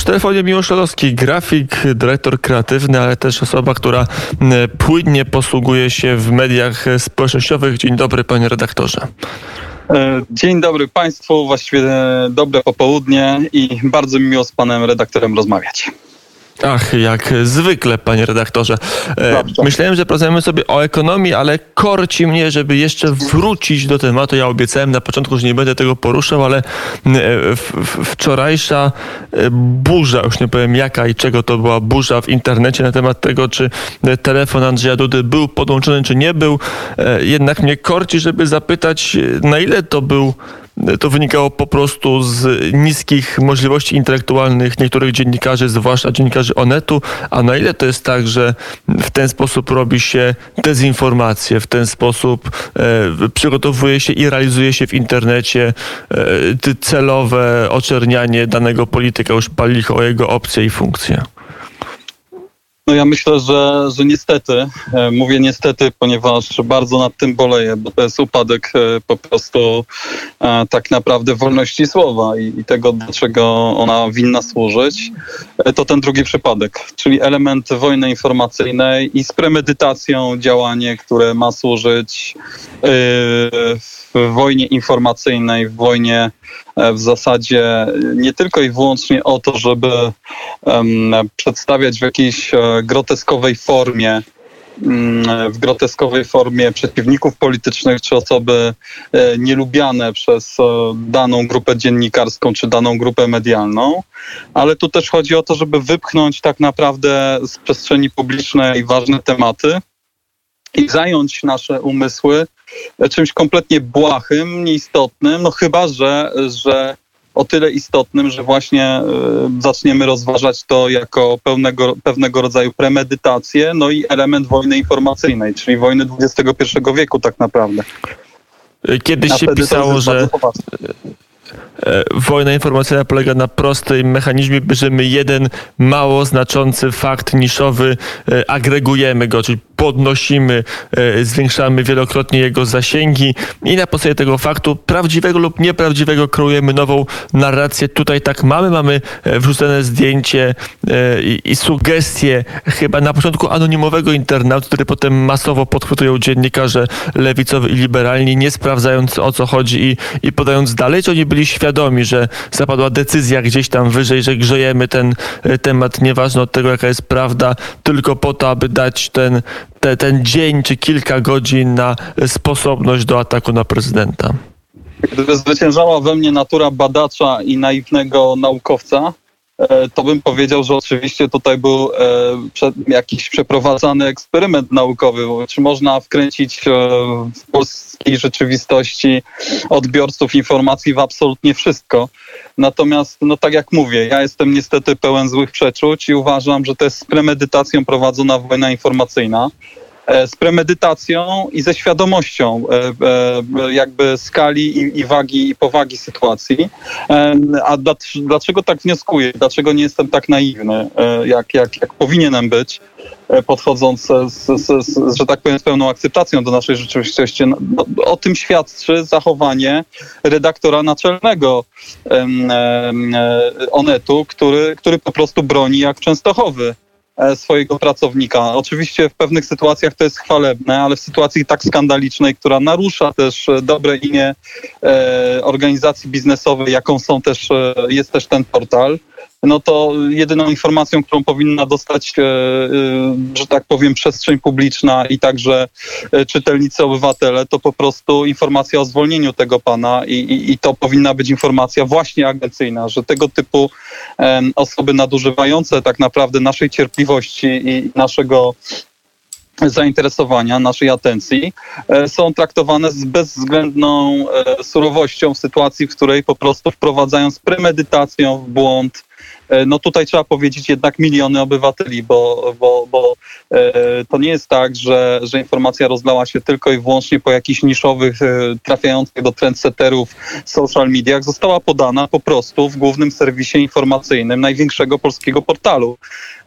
telefonie Miłosz Szadowski, grafik, dyrektor kreatywny, ale też osoba, która płynnie posługuje się w mediach społecznościowych. Dzień dobry, panie redaktorze. Dzień dobry państwu, właściwie dobre popołudnie i bardzo mi miło z panem redaktorem rozmawiać. Ach, jak zwykle, panie redaktorze. Dobrze. Myślałem, że porozmawiamy sobie o ekonomii, ale korci mnie, żeby jeszcze wrócić do tematu. Ja obiecałem na początku, że nie będę tego poruszał, ale wczorajsza burza, już nie powiem jaka i czego to była burza w internecie na temat tego, czy telefon Andrzeja Dudy był podłączony, czy nie był. Jednak mnie korci, żeby zapytać, na ile to wynikało po prostu z niskich możliwości intelektualnych niektórych dziennikarzy, zwłaszcza dziennikarzy Onetu, a na ile to jest tak, że w ten sposób robi się dezinformację, w ten sposób przygotowuje się i realizuje się w internecie celowe oczernianie danego polityka, już pali licho o jego opcje i funkcje. No ja myślę, że niestety, mówię niestety, ponieważ bardzo nad tym boleję, bo to jest upadek po prostu tak naprawdę wolności słowa i tego, dlaczego ona winna służyć, to ten drugi przypadek, czyli element wojny informacyjnej i z premedytacją działanie, które ma służyć w wojnie informacyjnej, w wojnie w zasadzie nie tylko i wyłącznie o to, żeby przedstawiać w jakiejś groteskowej formie przeciwników politycznych czy osoby nielubiane przez daną grupę dziennikarską czy daną grupę medialną, ale tu też chodzi o to, żeby wypchnąć tak naprawdę z przestrzeni publicznej ważne tematy i zająć nasze umysły czymś kompletnie błahym, nieistotnym, no chyba, że o tyle istotnym, że właśnie zaczniemy rozważać to jako pewnego rodzaju premedytację, no i element wojny informacyjnej, czyli wojny XXI wieku tak naprawdę. Kiedyś się pisało, że wojna informacyjna polega na prostym mechanizmie, bierzemy jeden mało znaczący fakt niszowy, agregujemy go, czyli podnosimy, zwiększamy wielokrotnie jego zasięgi i na podstawie tego faktu prawdziwego lub nieprawdziwego kreujemy nową narrację. Tutaj tak mamy wrzucone zdjęcie i sugestie chyba na początku anonimowego internauty, który potem masowo podchwytują dziennikarze lewicowi i liberalni, nie sprawdzając o co chodzi i podając dalej, czy oni byli świadomi, że zapadła decyzja gdzieś tam wyżej, że grzejemy ten temat, nieważne od tego jaka jest prawda, tylko po to, aby dać ten dzień czy kilka godzin na sposobność do ataku na prezydenta. Gdyby zwyciężała we mnie natura badacza i naiwnego naukowca, to bym powiedział, że oczywiście tutaj był jakiś przeprowadzany eksperyment naukowy. Czy można wkręcić w polskiej rzeczywistości odbiorców informacji w absolutnie wszystko. Natomiast, no tak jak mówię, ja jestem niestety pełen złych przeczuć i uważam, że to jest z premedytacją prowadzona wojna informacyjna. Z premedytacją i ze świadomością jakby skali i wagi i powagi sytuacji. A dlaczego tak wnioskuję? Dlaczego nie jestem tak naiwny, jak powinienem być, podchodząc że tak powiem, z pełną akceptacją do naszej rzeczywistości? O tym świadczy zachowanie redaktora naczelnego Onetu, który po prostu broni jak Częstochowy swojego pracownika. Oczywiście w pewnych sytuacjach to jest chwalebne, ale w sytuacji tak skandalicznej, która narusza też dobre imię organizacji biznesowej, jaką jest też ten portal, no to jedyną informacją, którą powinna dostać, że tak powiem, przestrzeń publiczna i także czytelnicy, obywatele, to po prostu informacja o zwolnieniu tego pana i to powinna być informacja właśnie agencyjna, że tego typu osoby nadużywające tak naprawdę naszej cierpliwości i naszego zainteresowania, naszej atencji, są traktowane z bezwzględną surowością w sytuacji, w której po prostu wprowadzają z premedytacją w błąd. No tutaj trzeba powiedzieć jednak miliony obywateli, bo to nie jest tak, że informacja rozlała się tylko i wyłącznie po jakichś niszowych, trafiających do trendsetterów social mediach. Została podana po prostu w głównym serwisie informacyjnym największego polskiego portalu.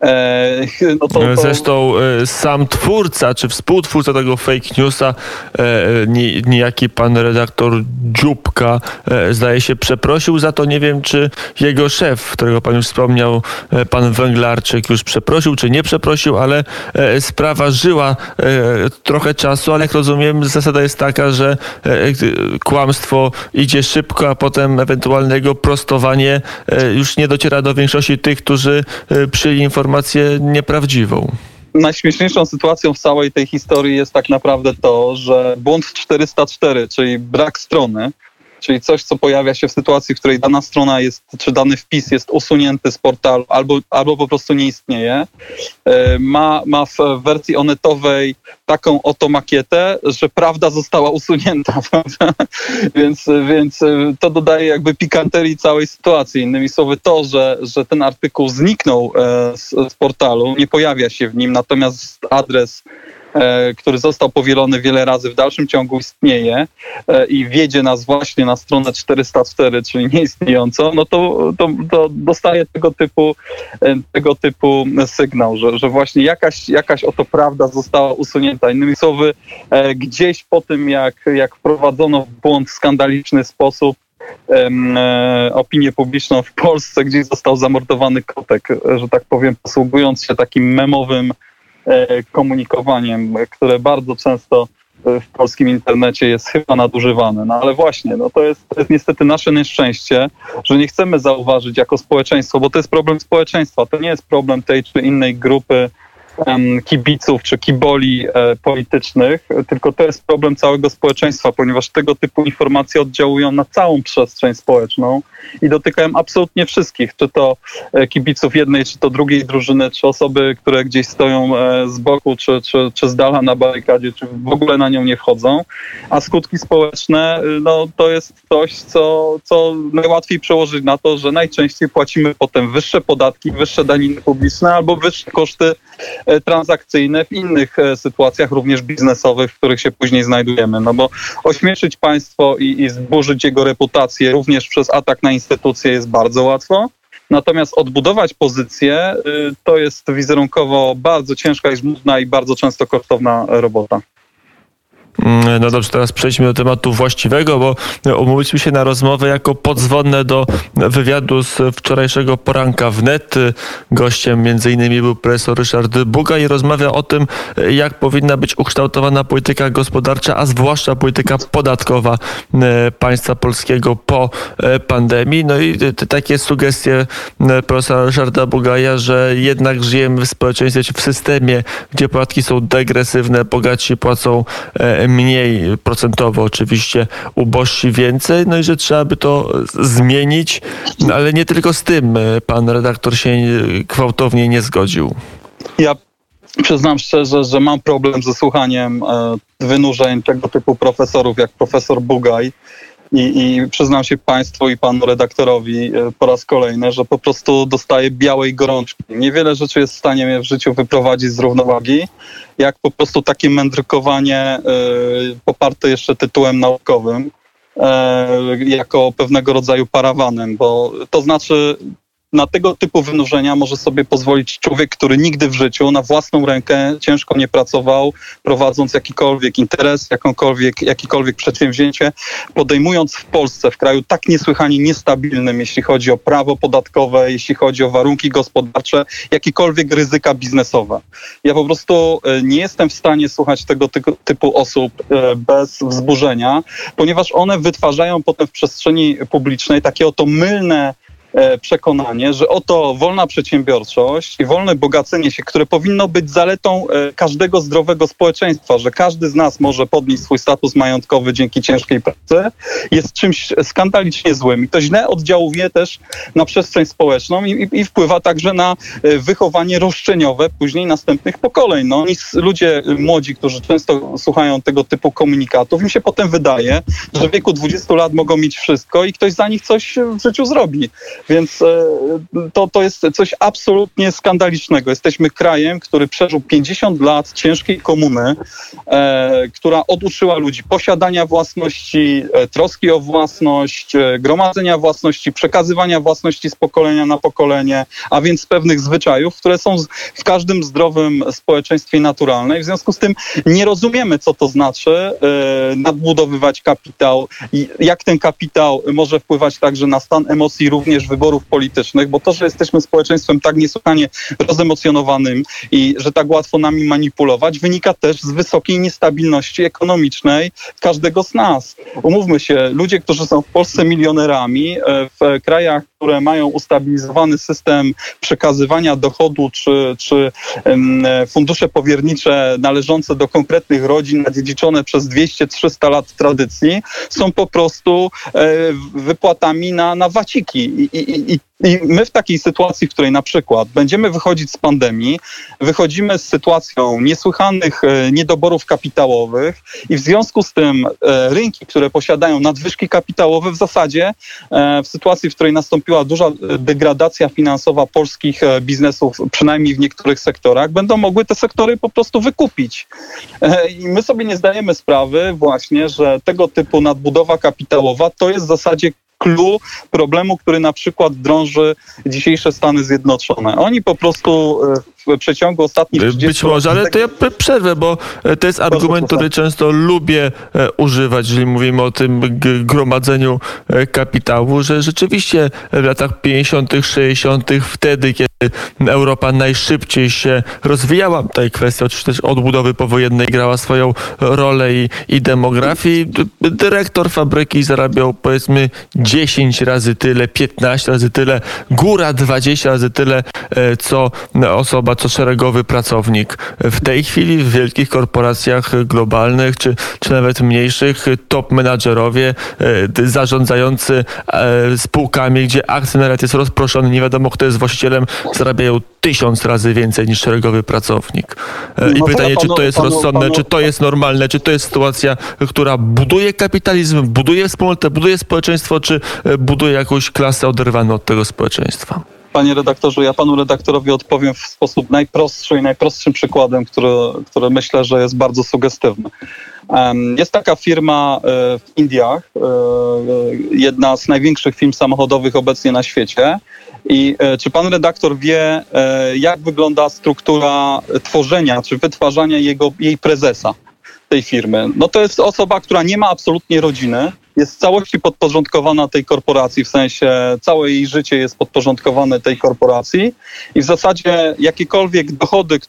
Zresztą sam twórca, czy współtwórca tego fake newsa, niejaki pan redaktor Dzióbka, zdaje się, przeprosił za to. Nie wiem, czy jego szef, którego pan już wspomniał pan Węglarczyk, już przeprosił czy nie przeprosił, ale sprawa żyła trochę czasu, ale jak rozumiem, zasada jest taka, że kłamstwo idzie szybko, a potem ewentualne jego prostowanie już nie dociera do większości tych, którzy przyjęli informację nieprawdziwą. Najśmieszniejszą sytuacją w całej tej historii jest tak naprawdę to, że błąd 404, czyli brak strony, czyli coś, co pojawia się w sytuacji, w której dana strona jest, czy dany wpis jest usunięty z portalu albo po prostu nie istnieje, ma w wersji onetowej taką oto makietę, że prawda została usunięta. więc to dodaje jakby pikanterii całej sytuacji. Innymi słowy to, że ten artykuł zniknął z portalu, nie pojawia się w nim, natomiast adres, który został powielony wiele razy, w dalszym ciągu istnieje i wiedzie nas właśnie na stronę 404, czyli nieistniejącą, no to dostaje tego typu sygnał, że właśnie jakaś oto prawda została usunięta. Innymi słowy, gdzieś po tym, jak wprowadzono w błąd w skandaliczny sposób opinię publiczną w Polsce, gdzieś został zamordowany kotek, że tak powiem, posługując się takim memowym komunikowaniem, które bardzo często w polskim internecie jest chyba nadużywane. No ale właśnie, no to jest niestety nasze nieszczęście, że nie chcemy zauważyć jako społeczeństwo, bo to jest problem społeczeństwa, to nie jest problem tej czy innej grupy kibiców czy kiboli politycznych, tylko to jest problem całego społeczeństwa, ponieważ tego typu informacje oddziałują na całą przestrzeń społeczną i dotykają absolutnie wszystkich, czy to kibiców jednej, czy to drugiej drużyny, czy osoby, które gdzieś stoją z boku, czy z dala na barykadzie, czy w ogóle na nią nie wchodzą, a skutki społeczne, no to jest coś, co najłatwiej przełożyć na to, że najczęściej płacimy potem wyższe podatki, wyższe daniny publiczne albo wyższe koszty transakcyjne w innych sytuacjach, również biznesowych, w których się później znajdujemy. No bo ośmieszyć państwo i zburzyć jego reputację również przez atak na instytucje jest bardzo łatwo. Natomiast odbudować pozycję to jest wizerunkowo bardzo ciężka i żmudna i bardzo często kosztowna robota. No dobrze, teraz przejdźmy do tematu właściwego, bo umówiliśmy się na rozmowę jako podzwonne do wywiadu z wczorajszego poranka wnet. Gościem m.in. był profesor Ryszard Buga i rozmawia o tym, jak powinna być ukształtowana polityka gospodarcza, a zwłaszcza polityka podatkowa państwa polskiego po pandemii. No i takie sugestie profesora Ryszarda Bugaja, że jednak żyjemy w społeczeństwie czy w systemie, gdzie podatki są degresywne, bogatsi płacą mniej procentowo, oczywiście ubożsi więcej, no i że trzeba by to zmienić, ale nie tylko z tym pan redaktor się gwałtownie nie zgodził. Ja przyznam szczerze, że mam problem ze słuchaniem wynurzeń tego typu profesorów, jak profesor Bugaj. I przyznam się państwu i panu redaktorowi po raz kolejny, że po prostu dostaję białej gorączki. Niewiele rzeczy jest w stanie mnie w życiu wyprowadzić z równowagi, jak po prostu takie mędrkowanie poparte jeszcze tytułem naukowym, jako pewnego rodzaju parawanem, bo to znaczy na tego typu wynurzenia może sobie pozwolić człowiek, który nigdy w życiu na własną rękę ciężko nie pracował, prowadząc jakikolwiek interes, jakiekolwiek przedsięwzięcie, podejmując w Polsce, w kraju tak niesłychanie niestabilnym, jeśli chodzi o prawo podatkowe, jeśli chodzi o warunki gospodarcze, jakiekolwiek ryzyka biznesowe. Ja po prostu nie jestem w stanie słuchać tego typu osób bez wzburzenia, ponieważ one wytwarzają potem w przestrzeni publicznej takie oto mylne przekonanie, że oto wolna przedsiębiorczość i wolne bogacenie się, które powinno być zaletą każdego zdrowego społeczeństwa, że każdy z nas może podnieść swój status majątkowy dzięki ciężkiej pracy, jest czymś skandalicznie złym. I to źle oddziałuje też na przestrzeń społeczną i wpływa także na wychowanie roszczeniowe później następnych pokoleń. No, ludzie młodzi, którzy często słuchają tego typu komunikatów, im się potem wydaje, że w wieku 20 lat mogą mieć wszystko i ktoś za nich coś w życiu zrobi. Więc to jest coś absolutnie skandalicznego. Jesteśmy krajem, który przeżył 50 lat ciężkiej komuny, która oduczyła ludzi posiadania własności, troski o własność, gromadzenia własności, przekazywania własności z pokolenia na pokolenie, a więc pewnych zwyczajów, które są w każdym zdrowym społeczeństwie naturalne. I w związku z tym nie rozumiemy, co to znaczy nadbudowywać kapitał i jak ten kapitał może wpływać także na stan emocji również również wyborów politycznych, bo to, że jesteśmy społeczeństwem tak niesłychanie rozemocjonowanym i że tak łatwo nami manipulować, wynika też z wysokiej niestabilności ekonomicznej każdego z nas. Umówmy się, ludzie, którzy są w Polsce milionerami, w krajach, które mają ustabilizowany system przekazywania dochodu czy fundusze powiernicze należące do konkretnych rodzin, nadziedziczone przez 200-300 lat tradycji, są po prostu wypłatami na waciki. I my w takiej sytuacji, w której na przykład będziemy wychodzić z pandemii, wychodzimy z sytuacją niesłychanych niedoborów kapitałowych i w związku z tym rynki, które posiadają nadwyżki kapitałowe, w zasadzie w sytuacji, w której nastąpiła duża degradacja finansowa polskich biznesów, przynajmniej w niektórych sektorach, będą mogły te sektory po prostu wykupić. I my sobie nie zdajemy sprawy właśnie, że tego typu nadbudowa kapitałowa to jest w zasadzie clou problemu, który na przykład drąży dzisiejsze Stany Zjednoczone. Oni po prostu w przeciągu ostatnich 30 Być może, ale to ja przerwę, bo to jest argument, który często lubię używać, jeżeli mówimy o tym gromadzeniu kapitału, że rzeczywiście w latach 50., 60., wtedy, kiedy Europa najszybciej się rozwijała, tutaj kwestia oczywiście też odbudowy powojennej grała swoją rolę i demografii, dyrektor fabryki zarabiał powiedzmy 10 razy tyle, 15 razy tyle, góra 20 razy tyle, co osoba, co szeregowy pracownik. W tej chwili w wielkich korporacjach globalnych, czy nawet mniejszych, top menadżerowie, zarządzający spółkami, gdzie akcjonariat jest rozproszony, nie wiadomo kto jest właścicielem, zarabiają 1000 razy więcej niż szeregowy pracownik. I pytanie, czy to jest rozsądne, czy to jest normalne, czy to jest sytuacja, która buduje kapitalizm, buduje wspólnotę, buduje społeczeństwo, czy buduje jakąś klasę oderwaną od tego społeczeństwa? Panie redaktorze, ja panu redaktorowi odpowiem w sposób najprostszy i najprostszym przykładem, który myślę, że jest bardzo sugestywny. Jest taka firma w Indiach, jedna z największych firm samochodowych obecnie na świecie. I czy pan redaktor wie, jak wygląda struktura tworzenia czy wytwarzania jej prezesa tej firmy? No to jest osoba, która nie ma absolutnie rodziny, jest w całości podporządkowana tej korporacji, w sensie całe jej życie jest podporządkowane tej korporacji i w zasadzie jakiekolwiek dochody,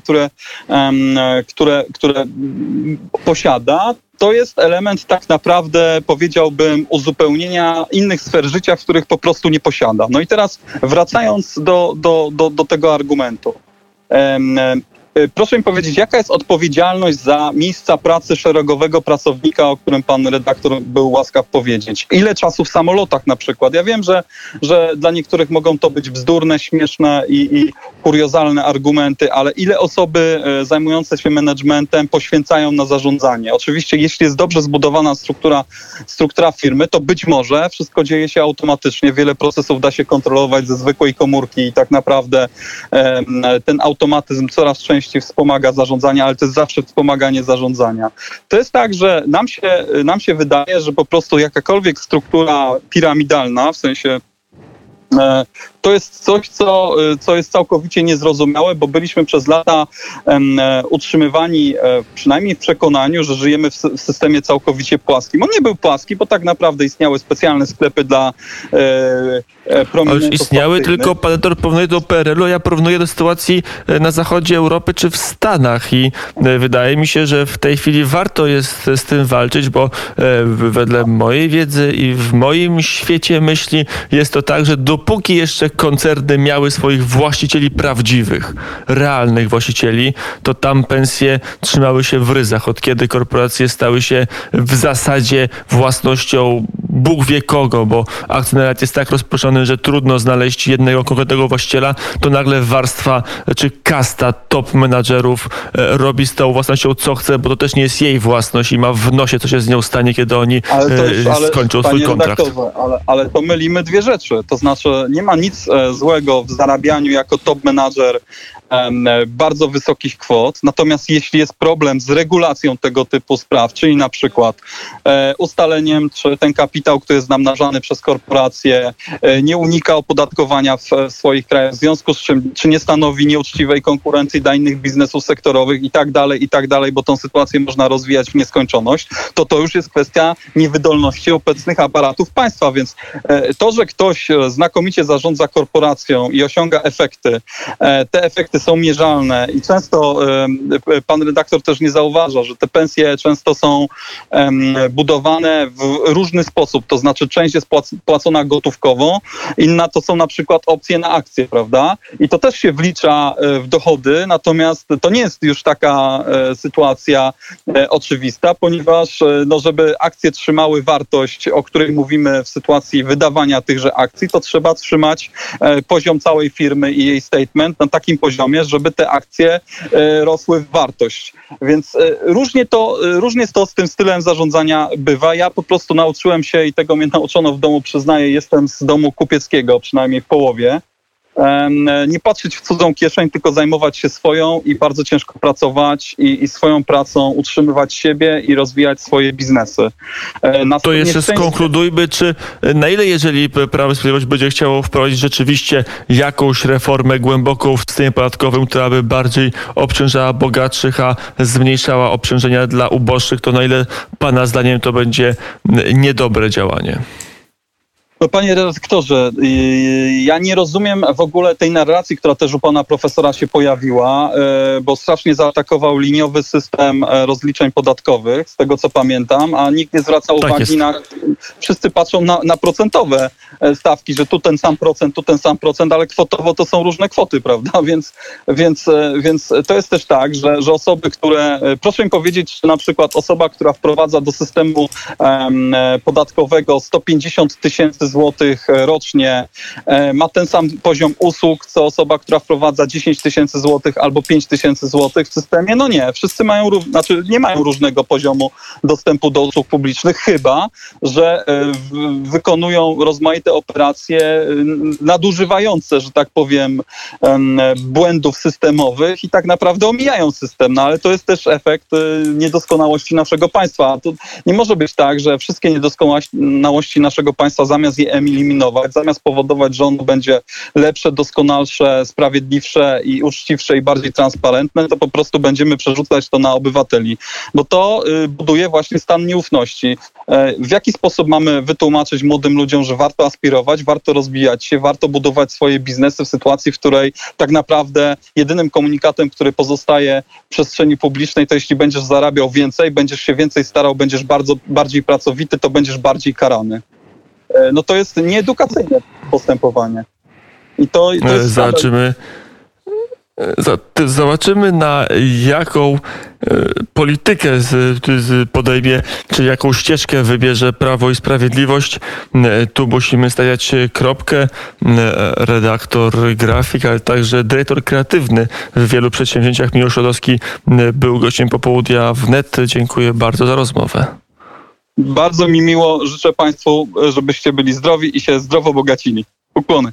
które posiada, to jest element tak naprawdę, powiedziałbym, uzupełnienia innych sfer życia, w których po prostu nie posiada. No i teraz wracając do tego argumentu. Proszę mi powiedzieć, jaka jest odpowiedzialność za miejsca pracy szeregowego pracownika, o którym pan redaktor był łaskaw powiedzieć? Ile czasu w samolotach na przykład? Ja wiem, że dla niektórych mogą to być bzdurne, śmieszne i kuriozalne argumenty, ale ile osoby zajmujące się managementem poświęcają na zarządzanie? Oczywiście, jeśli jest dobrze zbudowana struktura firmy, to być może wszystko dzieje się automatycznie. Wiele procesów da się kontrolować ze zwykłej komórki i tak naprawdę ten automatyzm coraz częściej wspomaga zarządzania, ale to jest zawsze wspomaganie zarządzania. To jest tak, że nam się wydaje, że po prostu jakakolwiek struktura piramidalna, w sensie to jest coś, co jest całkowicie niezrozumiałe, bo byliśmy przez lata utrzymywani przynajmniej w przekonaniu, że żyjemy w systemie całkowicie płaskim. On nie był płaski, bo tak naprawdę istniały specjalne sklepy dla prominentów. Istniały, tylko pan redaktor porównuje do PRL-u, ja porównuję do sytuacji na zachodzie Europy czy w Stanach i wydaje mi się, że w tej chwili warto jest z tym walczyć, bo wedle mojej wiedzy i w moim świecie myśli jest to tak, że dopóki jeszcze koncerny miały swoich właścicieli prawdziwych, realnych właścicieli, to tam pensje trzymały się w ryzach. Od kiedy korporacje stały się w zasadzie własnością Bóg wie kogo, bo akcjonariat jest tak rozproszony, że trudno znaleźć jednego konkretnego właściciela, to nagle warstwa czy kasta top menadżerów robi z tą własnością co chce, bo to też nie jest jej własność i ma w nosie, co się z nią stanie, kiedy oni skończą swój kontrakt. Ale to mylimy dwie rzeczy. To znaczy nie ma nic złego w zarabianiu jako top menadżer bardzo wysokich kwot. Natomiast jeśli jest problem z regulacją tego typu spraw, czyli na przykład ustaleniem, czy ten kapitał, który jest namnażany przez korporacje, nie unika opodatkowania w swoich krajach, w związku z czym, czy nie stanowi nieuczciwej konkurencji dla innych biznesów sektorowych i tak dalej, bo tą sytuację można rozwijać w nieskończoność, to już jest kwestia niewydolności obecnych aparatów państwa, więc to, że ktoś znakomicie zarządza korporacją i osiąga efekty, te efekty są mierzalne i często pan redaktor też nie zauważa, że te pensje często są budowane w różny sposób, to znaczy część jest płacona gotówkowo, inna to są na przykład opcje na akcje, prawda? I to też się wlicza w dochody, natomiast to nie jest już taka sytuacja oczywista, ponieważ żeby akcje trzymały wartość, o której mówimy w sytuacji wydawania tychże akcji, to trzeba trzymać poziom całej firmy i jej statement na takim poziomie, żeby te akcje rosły w wartość. Więc różnie to z tym stylem zarządzania bywa. Ja po prostu nauczyłem się i tego mnie nauczono w domu, przyznaję, jestem z domu kupieckiego, przynajmniej w połowie. Nie patrzeć w cudzą kieszeń, tylko zajmować się swoją i bardzo ciężko pracować i swoją pracą utrzymywać siebie i rozwijać swoje biznesy. To jeszcze skonkludujmy, na ile jeżeli Prawo i Sprawiedliwość będzie chciało wprowadzić rzeczywiście jakąś reformę głęboką w systemie podatkowym, która by bardziej obciążała bogatszych, a zmniejszała obciążenia dla uboższych, to na ile pana zdaniem to będzie niedobre działanie? No, panie redaktorze, ja nie rozumiem w ogóle tej narracji, która też u pana profesora się pojawiła, bo strasznie zaatakował liniowy system rozliczeń podatkowych, z tego co pamiętam, a nikt nie zwraca uwagi na... Wszyscy patrzą na procentowe stawki, że tu ten sam procent, ale kwotowo to są różne kwoty, prawda? Więc to jest też tak, że osoby, które... Proszę mi powiedzieć, czy na przykład osoba, która wprowadza do systemu podatkowego 150 000 złotych rocznie, ma ten sam poziom usług, co osoba, która wprowadza 10 000 złotych albo 5 000 złotych w systemie? No nie, wszyscy mają, nie mają różnego poziomu dostępu do usług publicznych, chyba że wykonują rozmaite operacje nadużywające, że tak powiem, błędów systemowych i tak naprawdę omijają system. No ale to jest też efekt niedoskonałości naszego państwa. To nie może być tak, że wszystkie niedoskonałości naszego państwa zamiast je eliminować, zamiast powodować, że ono będzie lepsze, doskonalsze, sprawiedliwsze i uczciwsze i bardziej transparentne, to po prostu będziemy przerzucać to na obywateli. Bo to buduje właśnie stan nieufności. W jaki sposób mamy wytłumaczyć młodym ludziom, że warto aspirować, warto rozwijać się, warto budować swoje biznesy w sytuacji, w której tak naprawdę jedynym komunikatem, który pozostaje w przestrzeni publicznej, to jeśli będziesz zarabiał więcej, będziesz się więcej starał, będziesz bardziej pracowity, to będziesz bardziej karany. No to jest nieedukacyjne postępowanie. I to jest Zobaczymy, na jaką politykę podejmie, czy jaką ścieżkę wybierze Prawo i Sprawiedliwość. Tu musimy stawiać kropkę. Redaktor, grafik, ale także dyrektor kreatywny w wielu przedsięwzięciach Miłosz Szodowski był gościem popołudnia wnet. Dziękuję bardzo za rozmowę. Bardzo mi miło. Życzę państwu, żebyście byli zdrowi i się zdrowo bogacili. Ukłony.